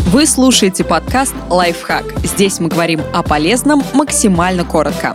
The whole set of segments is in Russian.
Вы слушаете подкаст «Лайфхак». Здесь мы говорим о полезном максимально коротко.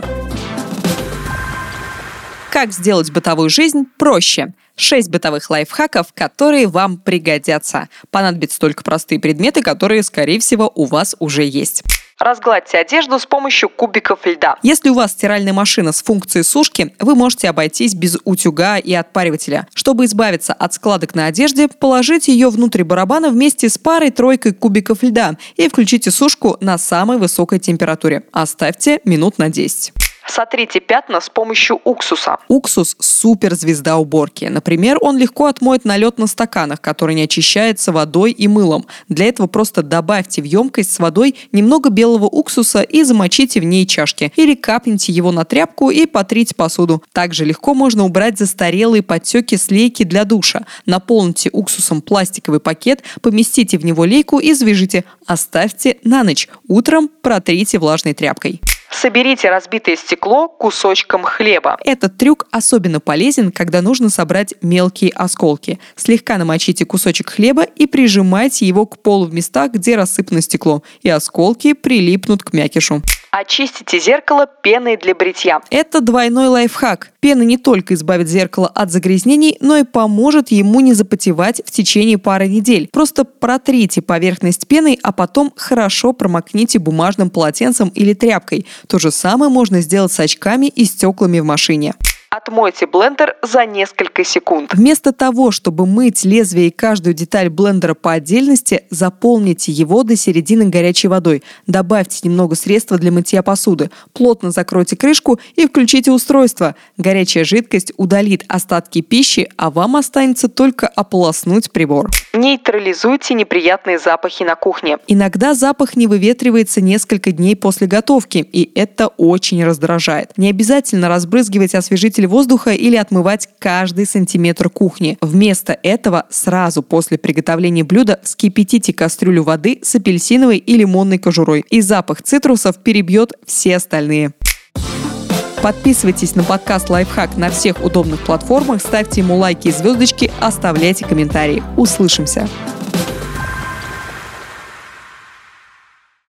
Как сделать бытовую жизнь проще? 6 бытовых лайфхаков, которые вам пригодятся. Понадобятся только простые предметы, которые, скорее всего, у вас уже есть. Разгладьте одежду с помощью кубиков льда. Если у вас стиральная машина с функцией сушки, вы можете обойтись без утюга и отпаривателя. Чтобы избавиться от складок на одежде, положите ее внутрь барабана вместе с парой-тройкой кубиков льда и включите сушку на самой высокой температуре. Оставьте минут на 10. Сотрите пятна с помощью уксуса. Уксус – суперзвезда уборки. Например, он легко отмоет налет на стаканах, который не очищается водой и мылом. Для этого просто добавьте в емкость с водой немного белого уксуса и замочите в ней чашки. Или капните его на тряпку и потрите посуду. Также легко можно убрать застарелые подтеки с лейки для душа. Наполните уксусом пластиковый пакет, поместите в него лейку и завяжите. Оставьте на ночь. Утром протрите влажной тряпкой. Соберите разбитое стекло кусочком хлеба. Этот трюк особенно полезен, когда нужно собрать мелкие осколки. Слегка намочите кусочек хлеба и прижимайте его к полу в местах, где рассыпано стекло, и осколки прилипнут к мякишу. Очистите зеркало пеной для бритья. Это двойной лайфхак. Пена не только избавит зеркало от загрязнений, но и поможет ему не запотевать в течение пары недель. Просто протрите поверхность пеной, а потом хорошо промокните бумажным полотенцем или тряпкой. То же самое можно сделать с очками и стеклами в машине. Отмойте блендер за несколько секунд. Вместо того, чтобы мыть лезвие и каждую деталь блендера по отдельности, заполните его до середины горячей водой. Добавьте немного средства для мытья посуды. Плотно закройте крышку и включите устройство. Горячая жидкость удалит остатки пищи, а вам останется только ополоснуть прибор. Нейтрализуйте неприятные запахи на кухне. Иногда запах не выветривается несколько дней после готовки, и это очень раздражает. Не обязательно разбрызгивать освежитель воздуха или отмывать каждый сантиметр кухни. Вместо этого сразу после приготовления блюда вскипятите кастрюлю воды с апельсиновой и лимонной кожурой, и запах цитрусов перебьет все остальные. Подписывайтесь на подкаст «Лайфхак» на всех удобных платформах, ставьте ему лайки и звездочки, оставляйте комментарии. Услышимся!